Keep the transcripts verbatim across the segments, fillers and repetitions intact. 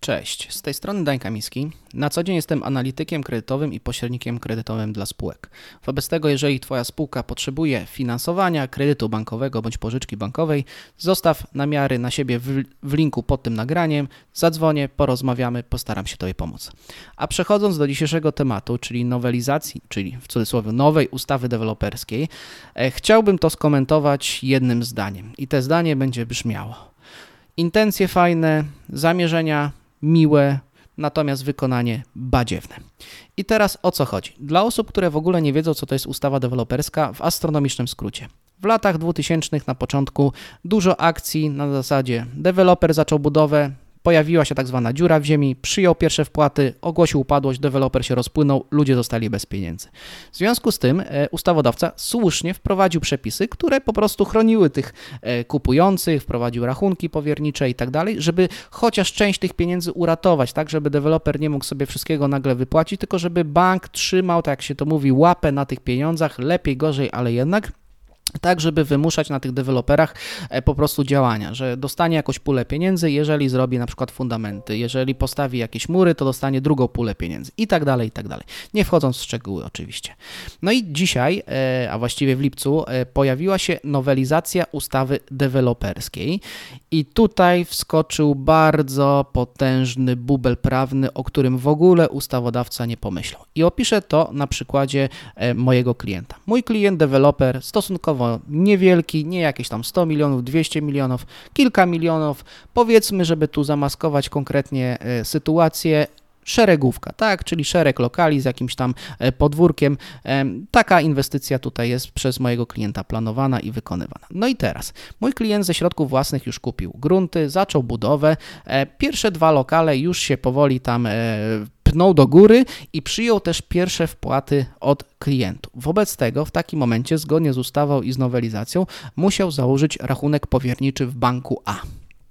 Cześć, z tej strony Dan Kamiński. Na co dzień jestem analitykiem kredytowym i pośrednikiem kredytowym dla spółek. Wobec tego, jeżeli Twoja spółka potrzebuje finansowania, kredytu bankowego bądź pożyczki bankowej, zostaw namiary na siebie w, w linku pod tym nagraniem, zadzwonię, porozmawiamy, postaram się Tobie pomóc. A przechodząc do dzisiejszego tematu, czyli nowelizacji, czyli w cudzysłowie nowej ustawy deweloperskiej, e, chciałbym to skomentować jednym zdaniem i te zdanie będzie brzmiało: intencje fajne, zamierzenia miłe, natomiast wykonanie badziewne. I teraz o co chodzi? Dla osób, które w ogóle nie wiedzą, co to jest ustawa deweloperska, w astronomicznym skrócie. W latach dwutysięcznych na początku dużo akcji na zasadzie deweloper zaczął budowę, pojawiła się tak zwana dziura w ziemi, przyjął pierwsze wpłaty, ogłosił upadłość, deweloper się rozpłynął, ludzie zostali bez pieniędzy. W związku z tym e, ustawodawca słusznie wprowadził przepisy, które po prostu chroniły tych e, kupujących, wprowadził rachunki powiernicze i tak dalej, żeby chociaż część tych pieniędzy uratować, tak żeby deweloper nie mógł sobie wszystkiego nagle wypłacić, tylko żeby bank trzymał, tak jak się to mówi, łapę na tych pieniądzach, lepiej, gorzej, ale jednak, tak żeby wymuszać na tych deweloperach po prostu działania, że dostanie jakąś pulę pieniędzy, jeżeli zrobi na przykład fundamenty, jeżeli postawi jakieś mury, to dostanie drugą pulę pieniędzy i tak dalej, i tak dalej. Nie wchodząc w szczegóły oczywiście. No i dzisiaj, a właściwie w lipcu, pojawiła się nowelizacja ustawy deweloperskiej i tutaj wskoczył bardzo potężny bubel prawny, o którym w ogóle ustawodawca nie pomyślał. I opiszę to na przykładzie mojego klienta. Mój klient deweloper stosunkowo niewielki, nie jakieś tam sto milionów, dwieście milionów, kilka milionów, powiedzmy, żeby tu zamaskować konkretnie e, sytuację, szeregówka, tak, czyli szereg lokali z jakimś tam e, podwórkiem. E, taka inwestycja tutaj jest przez mojego klienta planowana i wykonywana. No i teraz, mój klient ze środków własnych już kupił grunty, zaczął budowę, e, pierwsze dwa lokale już się powoli tam e, pnął do góry i przyjął też pierwsze wpłaty od klientów. Wobec tego w takim momencie, zgodnie z ustawą i z nowelizacją, musiał założyć rachunek powierniczy w banku A.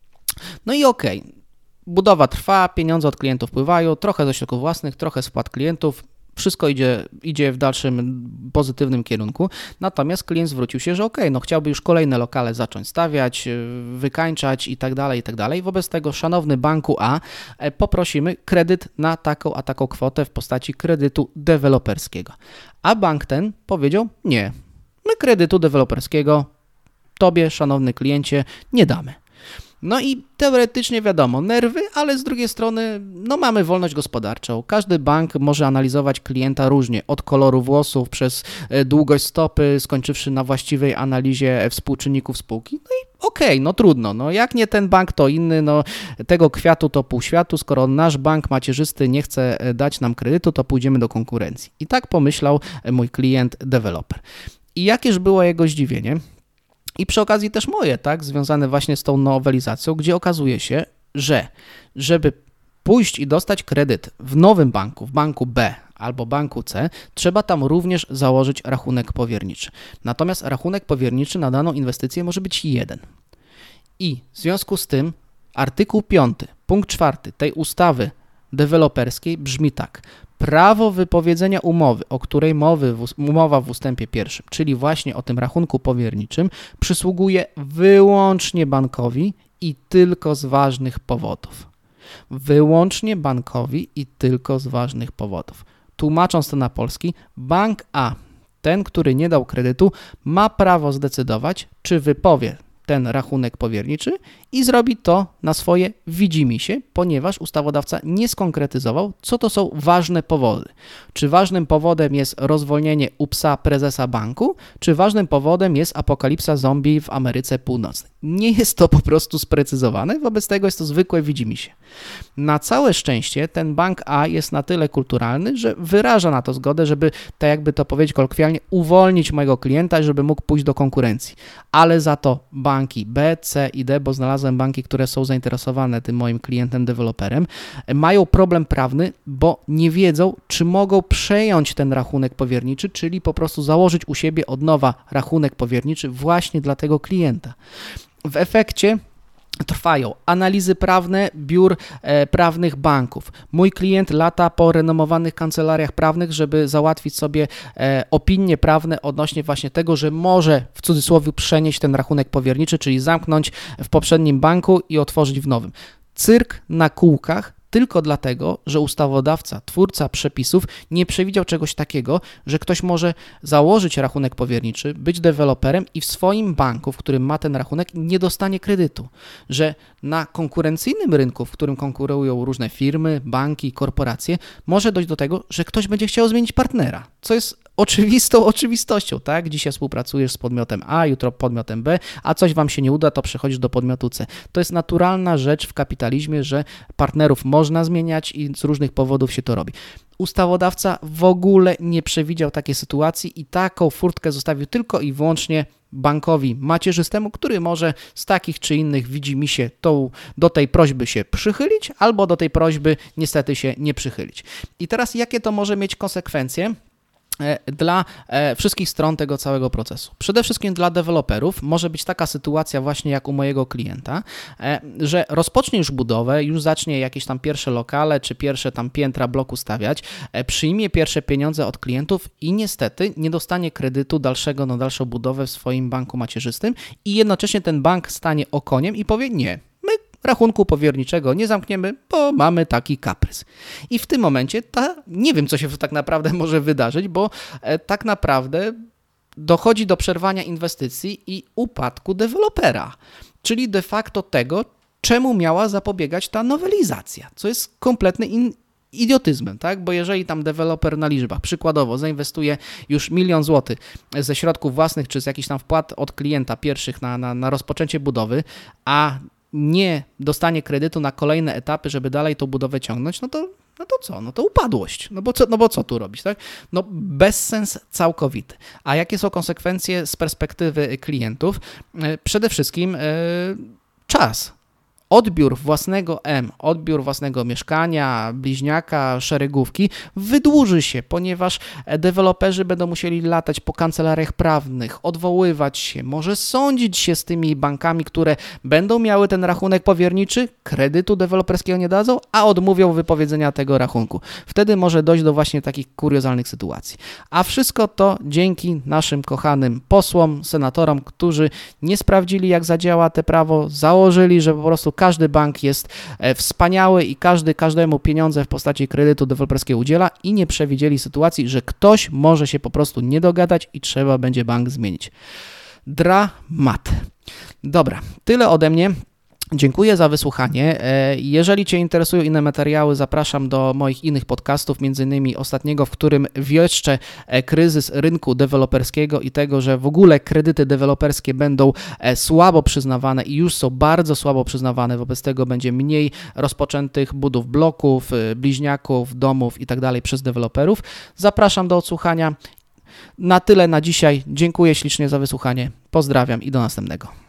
No i okej, okay. Budowa trwa, pieniądze od klientów wpływają, trochę ze środków własnych, trochę z wpłat klientów, wszystko idzie, idzie w dalszym pozytywnym kierunku, natomiast klient zwrócił się, że okej, okay, no chciałby już kolejne lokale zacząć stawiać, wykańczać i tak dalej, i tak dalej. Wobec tego, szanowny banku A, poprosimy kredyt na taką a taką kwotę w postaci kredytu deweloperskiego. A bank ten powiedział: nie, my kredytu deweloperskiego tobie, szanowny kliencie, nie damy. No i teoretycznie wiadomo, nerwy, ale z drugiej strony no mamy wolność gospodarczą. Każdy bank może analizować klienta różnie, od koloru włosów, przez długość stopy, skończywszy na właściwej analizie współczynników spółki. No i okej, okay, no trudno, no jak nie ten bank, to inny, no tego kwiatu to pół światu, skoro nasz bank macierzysty nie chce dać nam kredytu, to pójdziemy do konkurencji. I tak pomyślał mój klient deweloper. I jakież było jego zdziwienie, i przy okazji też moje, tak, związane właśnie z tą nowelizacją, gdzie okazuje się, że żeby pójść i dostać kredyt w nowym banku, w banku B albo banku C, trzeba tam również założyć rachunek powierniczy. Natomiast rachunek powierniczy na daną inwestycję może być jeden. I w związku z tym artykuł piąty, punkt czwarty tej ustawy deweloperskiej brzmi tak: prawo wypowiedzenia umowy, o której mowy w, mowa w ustępie pierwszym, czyli właśnie o tym rachunku powierniczym, przysługuje wyłącznie bankowi i tylko z ważnych powodów. Wyłącznie bankowi i tylko z ważnych powodów. Tłumacząc to na polski, bank A, ten, który nie dał kredytu, ma prawo zdecydować, czy wypowie ten rachunek powierniczy i zrobi to na swoje widzimisię, ponieważ ustawodawca nie skonkretyzował, co to są ważne powody. Czy ważnym powodem jest rozwolnienie u psa prezesa banku, czy ważnym powodem jest apokalipsa zombie w Ameryce Północnej. Nie jest to po prostu sprecyzowane, wobec tego jest to zwykłe widzimisię. Na całe szczęście ten bank A jest na tyle kulturalny, że wyraża na to zgodę, żeby, tak jakby to powiedzieć kolokwialnie, uwolnić mojego klienta, żeby mógł pójść do konkurencji. Ale za to banki B, C i D, bo znalazłem banki, które są zainteresowane tym moim klientem, deweloperem, mają problem prawny, bo nie wiedzą, czy mogą przejąć ten rachunek powierniczy, czyli po prostu założyć u siebie od nowa rachunek powierniczy właśnie dla tego klienta. W efekcie trwają analizy prawne biur e, prawnych banków. Mój klient lata po renomowanych kancelariach prawnych, żeby załatwić sobie e, opinie prawne odnośnie właśnie tego, że może w cudzysłowie przenieść ten rachunek powierniczy, czyli zamknąć w poprzednim banku i otworzyć w nowym. Cyrk na kółkach, tylko dlatego, że ustawodawca, twórca przepisów nie przewidział czegoś takiego, że ktoś może założyć rachunek powierniczy, być deweloperem i w swoim banku, w którym ma ten rachunek, nie dostanie kredytu. Że na konkurencyjnym rynku, w którym konkurują różne firmy, banki, korporacje, może dojść do tego, że ktoś będzie chciał zmienić partnera, co jest oczywistą oczywistością, tak? Dzisiaj współpracujesz z podmiotem A, jutro podmiotem B, a coś wam się nie uda, to przechodzisz do podmiotu C. To jest naturalna rzecz w kapitalizmie, że partnerów można zmieniać i z różnych powodów się to robi. Ustawodawca w ogóle nie przewidział takiej sytuacji i taką furtkę zostawił tylko i wyłącznie bankowi macierzystemu, który może z takich czy innych widzimisię tą, do tej prośby się przychylić albo do tej prośby niestety się nie przychylić. I teraz jakie to może mieć konsekwencje dla wszystkich stron tego całego procesu? Przede wszystkim dla deweloperów może być taka sytuacja właśnie jak u mojego klienta, że rozpocznie już budowę, już zacznie jakieś tam pierwsze lokale czy pierwsze tam piętra bloku stawiać, przyjmie pierwsze pieniądze od klientów i niestety nie dostanie kredytu dalszego na dalszą budowę w swoim banku macierzystym i jednocześnie ten bank stanie okoniem i powie nie, my rachunku powierniczego nie zamkniemy, bo mamy taki kaprys. I w tym momencie ta, nie wiem, co się tak naprawdę może wydarzyć, bo e, tak naprawdę dochodzi do przerwania inwestycji i upadku dewelopera, czyli de facto tego, czemu miała zapobiegać ta nowelizacja, co jest kompletny in, idiotyzmem, tak? Bo jeżeli tam deweloper na liczbach przykładowo zainwestuje już milion złotych ze środków własnych czy z jakichś tam wpłat od klienta pierwszych na, na, na rozpoczęcie budowy, a nie dostanie kredytu na kolejne etapy, żeby dalej tą budowę ciągnąć, no to, no to co? No to upadłość. No bo co, no bo co tu robić, tak? No bezsens całkowity. A jakie są konsekwencje z perspektywy klientów? Przede wszystkim yy, czas. Odbiór własnego M, odbiór własnego mieszkania, bliźniaka, szeregówki wydłuży się, ponieważ deweloperzy będą musieli latać po kancelariach prawnych, odwoływać się, może sądzić się z tymi bankami, które będą miały ten rachunek powierniczy, kredytu deweloperskiego nie dadzą, a odmówią wypowiedzenia tego rachunku. Wtedy może dojść do właśnie takich kuriozalnych sytuacji. A wszystko to dzięki naszym kochanym posłom, senatorom, którzy nie sprawdzili, jak zadziała te prawo, założyli, że po prostu każdy bank jest wspaniały i każdy każdemu pieniądze w postaci kredytu deweloperskiego udziela i nie przewidzieli sytuacji, że ktoś może się po prostu nie dogadać i trzeba będzie bank zmienić. Dramat. Dobra, tyle ode mnie. Dziękuję za wysłuchanie. Jeżeli Cię interesują inne materiały, zapraszam do moich innych podcastów, między innymi ostatniego, w którym wieszczę kryzys rynku deweloperskiego i tego, że w ogóle kredyty deweloperskie będą słabo przyznawane i już są bardzo słabo przyznawane, wobec tego będzie mniej rozpoczętych budów bloków, bliźniaków, domów i tak dalej przez deweloperów. Zapraszam do odsłuchania. Na tyle na dzisiaj. Dziękuję ślicznie za wysłuchanie. Pozdrawiam i do następnego.